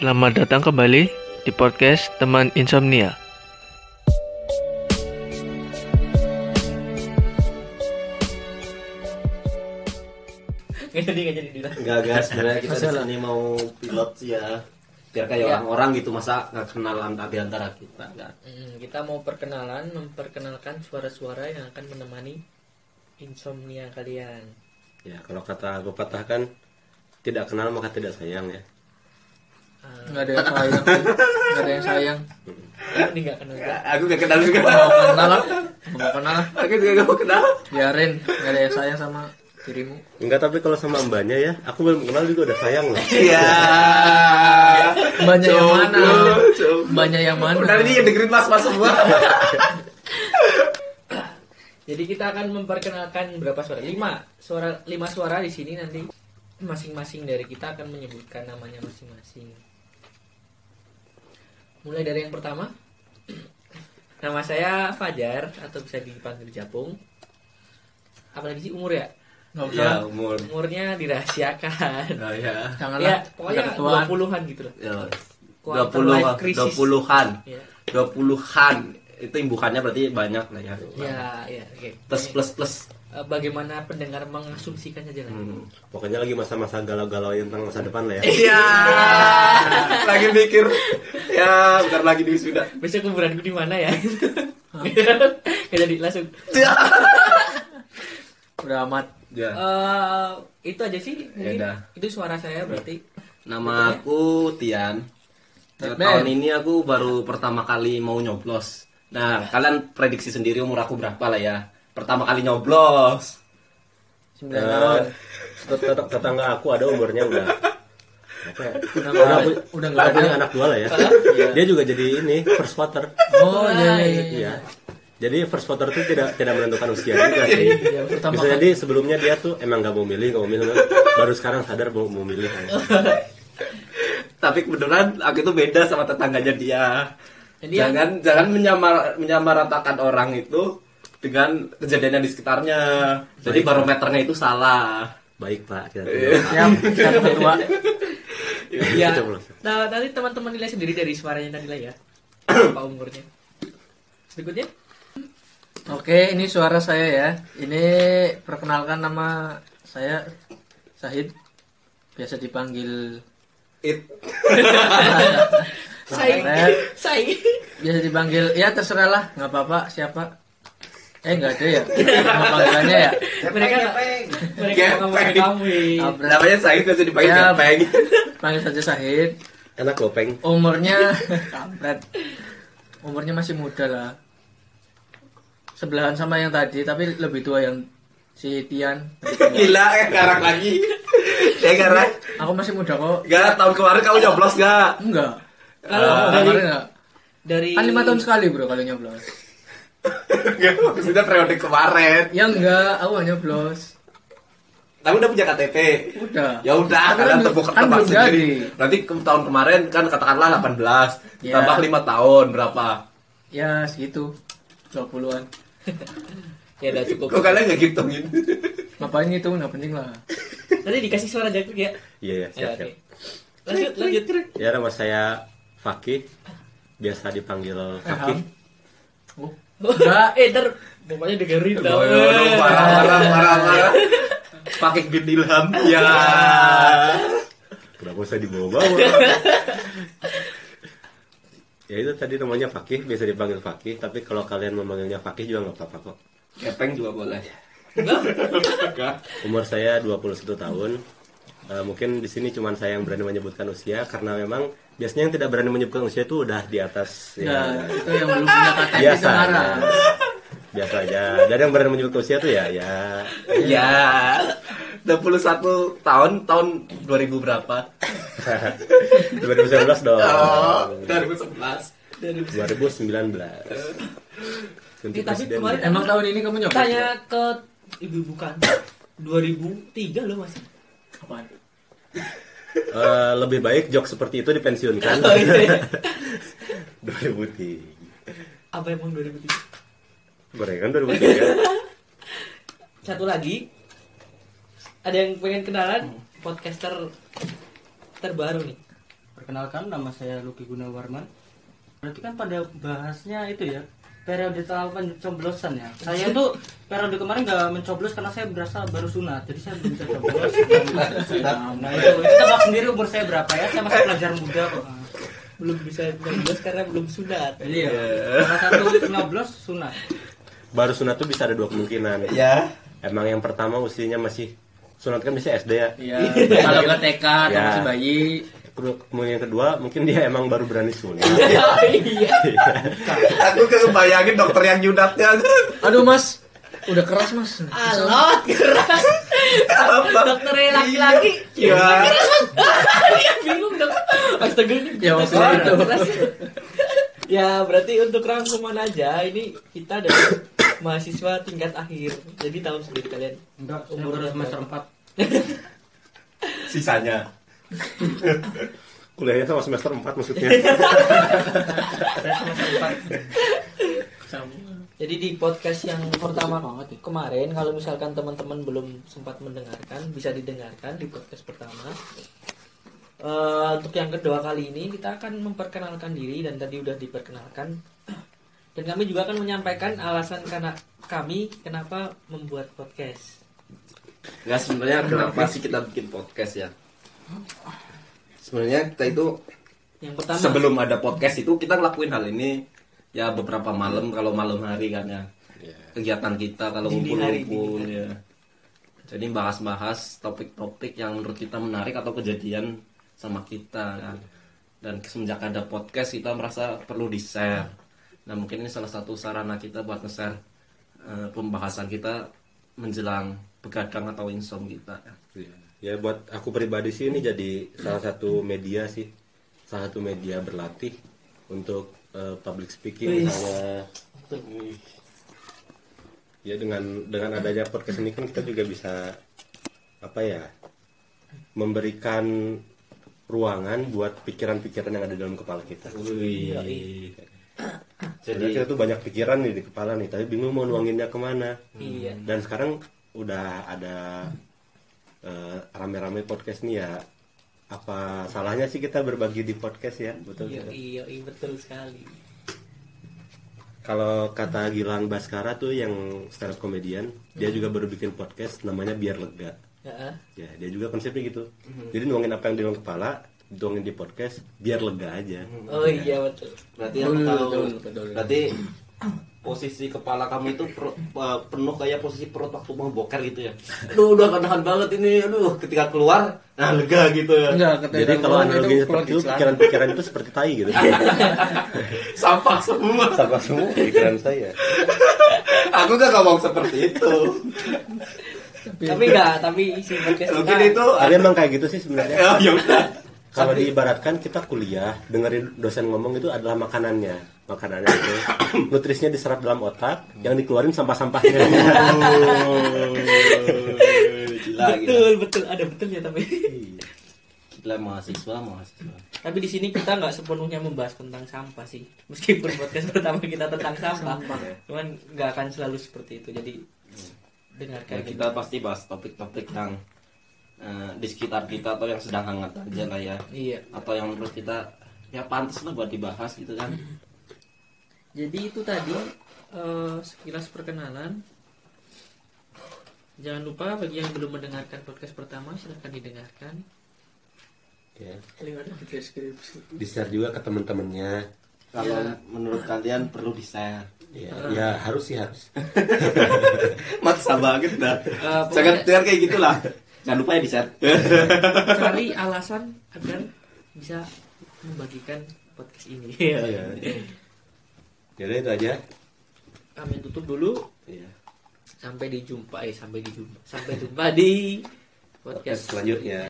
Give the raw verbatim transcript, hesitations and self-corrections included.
Selamat datang kembali di podcast Teman Insomnia. Gak jadi, gak jadi dulu. Enggak, enggak, sebenarnya kita di sini mau pilot sih ya. Biar kayak Ya. orang-orang gitu, masa nggak kenal di antara kita kan. Hmm, kita mau perkenalan, memperkenalkan suara-suara yang akan menemani insomnia kalian. Ya, kalau kata pepatah kan tidak kenal maka tidak sayang ya. Uh, Nggak ada yang sayang, nggak ada yang sayang. ini gak kenal. Aku gak kenal juga. Mau kenal lah, mau kenal lah. Aku juga gak mau kenal. Biarin, nggak ada yang sayang sama dirimu. Enggak, tapi kalau sama mbaknya ya, aku belum kenal juga udah sayang loh. Iya. Banyak yang mana? Coba. Banyak yang mana? Udah ini yang dengerin mas-mas semua. Jadi kita akan memperkenalkan berapa suara? Lima suara, lima suara di sini nanti masing-masing dari kita akan menyebutkan namanya masing-masing. Mulai dari yang pertama. Nama saya Fajar atau bisa dipanggil Japung. Apalagi sih umur ya? Nggak usah. Ya umur. Umurnya dirahasiakan. Oh ya. Janganlah. Ya, Udah pokoknya ketuaan. dua puluhan gitu loh. Ya. Quarter Dua puluh, life crisis. dua puluhan, Ya, dua puluhan. Itu imbuhannya berarti banyak lah ya. ya, ya oke. Plus plus plus. Eh, Bagaimana pendengar mengasumsikan saja lah. Hmm. Pokoknya lagi masa-masa galau-galau tentang masa depan lah ya. Iya. Lagi mikir. Ya, bentar lagi di wisuda. Besok kuburanku di mana ya? Gak jadi langsung. Udah amat. Ya. Eh, itu aja sih. Mungkin Yaudah. itu suara saya berarti. Nama aku Tian. Nah, Ben. tahun ini aku baru pertama kali mau nyoblos. Nah, kalian prediksi sendiri umur aku berapa lah ya? Pertama kali nyoblos. Sembilan Eh, tahun. tet- tetangga aku ada umurnya udah apa ya? Udah Udah, nggak pu- udah udah nggak punya ada. anak dua lah ya. Iya. Dia juga jadi ini first voter. Oh iya iya iya. Iya. Jadi first voter itu tidak tidak menentukan usia juga sih. Iya, pertama Bisa kali. jadi sebelumnya dia tuh emang nggak mau milih, nggak mau milih, baru sekarang sadar mau mau milih. Tapi kebetulan aku itu beda sama tetangganya dia. Jadi yang- jangan jangan menyamar menyamaratakan orang itu dengan kejadian yang di sekitarnya. Jadi barometernya itu salah. Baik Pak, kita Siap, siap ketua. Ya. Kita belum. Nah, nanti teman-teman nilai sendiri dari suaranya tadi lah ya. Apa umurnya? Berikutnya. Oke, ini suara saya ya. Ini perkenalkan nama saya Sahid. Biasa dipanggil It. Saya, Kampret. saya. Biasa dipanggil ya terserah lah, nggak apa-apa siapa. Eh nggak ada ya. Nama panggilannya ya. Mereka mereka Gepeng. ngomongin kamu. Kampret. Namanya Said biasa dipanggil Ya. Gepeng. Panggil saja Sahid. Enak loh peng. Umurnya kampret. Umurnya masih muda lah. Sebelahan sama yang tadi, tapi lebih tua yang si Tian. Gila, eh garang lagi. Ya garang. Aku masih muda kok. Gak, tahun kemarin kamu nyoblos gak? Enggak. Kalau Ah, dari kemarin enggak. dari Kan lima tahun sekali bro kalau nyoblos. Gak, maksudnya periode kemarin. Ya enggak, aku nggak nyoblos. Tapi udah punya K T P. Udah. Ya udah, Tapi kalian kan tebuk kan tebak belum sendiri. jadi. Nanti ke tahun kemarin kan katakanlah delapan belas, Ya. tambah lima tahun berapa? Ya segitu. dua puluhan. ya udah cukup. Kok kalian nggak ngitungin? Ngapain itu enggak penting lah. Nanti dikasih suara jago ya. Iya ya, Ya, siap oke. siap. Lanjut, lanjut. Ya nama saya Fakih, biasa dipanggil Fakih. Oh. Enggak, eh ntar pokoknya dengerin tau. Waduh, parah, parah, parah, parah. Pakai bin Ilham. Ya. Kenapa saya dibawa-bawa? Ya itu tadi namanya Fakih, biasa dipanggil Fakih. Tapi kalau kalian memanggilnya Fakih juga nggak apa-apa kok. Kepeng juga boleh. Enggak. Umur saya dua puluh satu tahun. Eh, mungkin di sini cuma saya yang berani menyebutkan usia karena memang biasanya yang tidak berani menyebutkan usia itu udah di atas Ya, itu yang belum punya K T P biasa. sekarang. Biasa aja. Dan yang berani menyebutkan usia tuh ya ya Ya. dua puluh satu tahun, tahun dua ribu berapa? dua ribu sembilan belas dong. Oh, dua ribu sebelas. dua ribu sembilan belas. Ganti Eh, tapi presiden kemarin ya. Emang tahun ini kamu nyoblos? Tanya ke ibu-ibu kantor dua ribu tiga loh masih. Apaan? Eh, lebih baik jok seperti itu dipensiunkan. Oh, iya. dua ribu tiga. Apa emang dua ribu tiga? Mereka kan dua ribu tiga. Satu lagi. Ada yang pengen kenalan podcaster terbaru nih. Perkenalkan, nama saya Luki Gunawarman. Berarti kan pada bahasnya itu ya, periode tahapan pencoblosan ya. Saya tuh periode kemarin nggak mencoblos karena saya berasa baru sunat, jadi saya belum bisa coblos. Nah itu, itu tebak sendiri umur saya berapa ya? Saya masih pelajar muda kok. Belum bisa nyoblos karena belum sunat. Iya. Salah satu nyoblos sunat. Baru sunat tuh bisa ada dua kemungkinan. Ya. Emang yang pertama usianya masih sunat kan bisa S D ya. Iya. Kalau ke T K atau Ya. masih bayi. Kemudian yang kedua mungkin dia emang baru berani sunat. Iya. Aku kebayangin dokter yang nyunatnya. Aduh mas, udah keras mas. Alot keras. Dokternya laki-laki. Ya. Dia bingung dong. Astaga ini Ya, maksudnya itu. keras. Ya berarti untuk rangkuman aja ini kita dari mahasiswa tingkat akhir. Jadi tahun sendiri kalian. Enggak, saya Umur baru berapa? semester empat. Sisanya. Kuliahnya sama semester empat maksudnya. Saya semester empat. Jadi di podcast yang pertama kemarin, kalau misalkan teman-teman belum sempat mendengarkan, bisa didengarkan di podcast pertama. Eh, untuk yang kedua kali ini kita akan memperkenalkan diri dan tadi udah diperkenalkan. Dan kami juga akan menyampaikan alasan karena kami kenapa membuat podcast. Nggak, sebenarnya kenapa sih kita bikin podcast ya? Sebenarnya kita itu Yang pertama, sebelum ada podcast itu kita ngelakuin hal ini ya beberapa malam, kalau malam hari kan ya. Kegiatan kita kalau Dini hari, ngumpul-ngumpul dini ya. Jadi bahas-bahas topik-topik yang menurut kita menarik atau kejadian sama kita kan. Dan semenjak ada podcast kita merasa perlu di-share. Nah, mungkin ini salah satu sarana kita buat nge-share eh, pembahasan kita menjelang begadang atau insom kita ya. Ya buat aku pribadi sih ini jadi salah satu media sih, salah satu media berlatih untuk eh, public speaking misalnya. Ya dengan dengan adanya podcast ini kan kita juga bisa apa ya, memberikan ruangan buat pikiran-pikiran yang ada dalam kepala kita. Wih. Jadi Jadi kita tuh banyak pikiran nih di kepala nih, tapi bingung mau nuanginnya kemana. iya. Dan sekarang udah ada eh, rame-rame podcast nih ya. Apa salahnya sih kita berbagi di podcast ya, betul? Iya, iya, iya, betul sekali. Kalau kata Gilang Baskara tuh yang stand up comedian, dia juga baru bikin podcast namanya Biar Lega. Heeh. Ya, dia juga konsepnya gitu. Jadi nuangin apa yang di dalam kepala, dituangin di podcast biar lega aja. Oh iya betul. berarti aku Betul, tahu. betul, betul. Berarti posisi kepala kamu itu perut, eh, penuh kayak posisi perut waktu mau boker gitu ya. Aduh, udah kanahan banget ini. Aduh, ketika keluar, nah lega gitu ya. Enggak, ketika Jadi kalau keluar analoginya keluar seperti itu, di celana. pikiran-pikiran itu seperti tai gitu. Sampah semua. Sampah semua pikiran saya. Aku gak ngomong seperti itu. Tapi enggak, tapi isi podcast Mungkin kita- itu Tapi emang kayak gitu sih sebenarnya. ya, ya udah. Kalau diibaratkan kita kuliah, dengerin dosen ngomong itu adalah makanannya. Makanannya itu nutrisnya diserap dalam otak, yang dikeluarin sampah-sampahnya. Gila, gila. betul betul ada betulnya tapi. Gila, mahasiswa, mahasiswa. Tapi di sini kita nggak sepenuhnya membahas tentang sampah sih. Meskipun podcast pertama kita tentang sampah, cuman nggak akan selalu seperti itu. Jadi dengarkan Ya, kita pasti bahas topik-topik yang eh, di sekitar kita atau yang sedang hangat aja lah ya. Iya. Atau yang menurut kita ya pantas lah buat dibahas gitu kan. Jadi itu tadi eh, sekilas perkenalan. Jangan lupa bagi yang belum mendengarkan podcast pertama silahkan didengarkan. Ya. Lewat deskripsi. Di-share juga ke teman-temannya. Kalau menurut kalian perlu di-share. Ya, ya harus sih harus. Maksa banget dah. Eh, pokoknya- Jangan share kayak gitulah. Jangan lupa ya di-share. Cari alasan agar bisa membagikan podcast ini. Iya. Jadi itu aja. Kami tutup dulu. Iya. Sampai dijumpa, eh sampai dijumpa, sampai jumpa di Podcast podcast selanjutnya.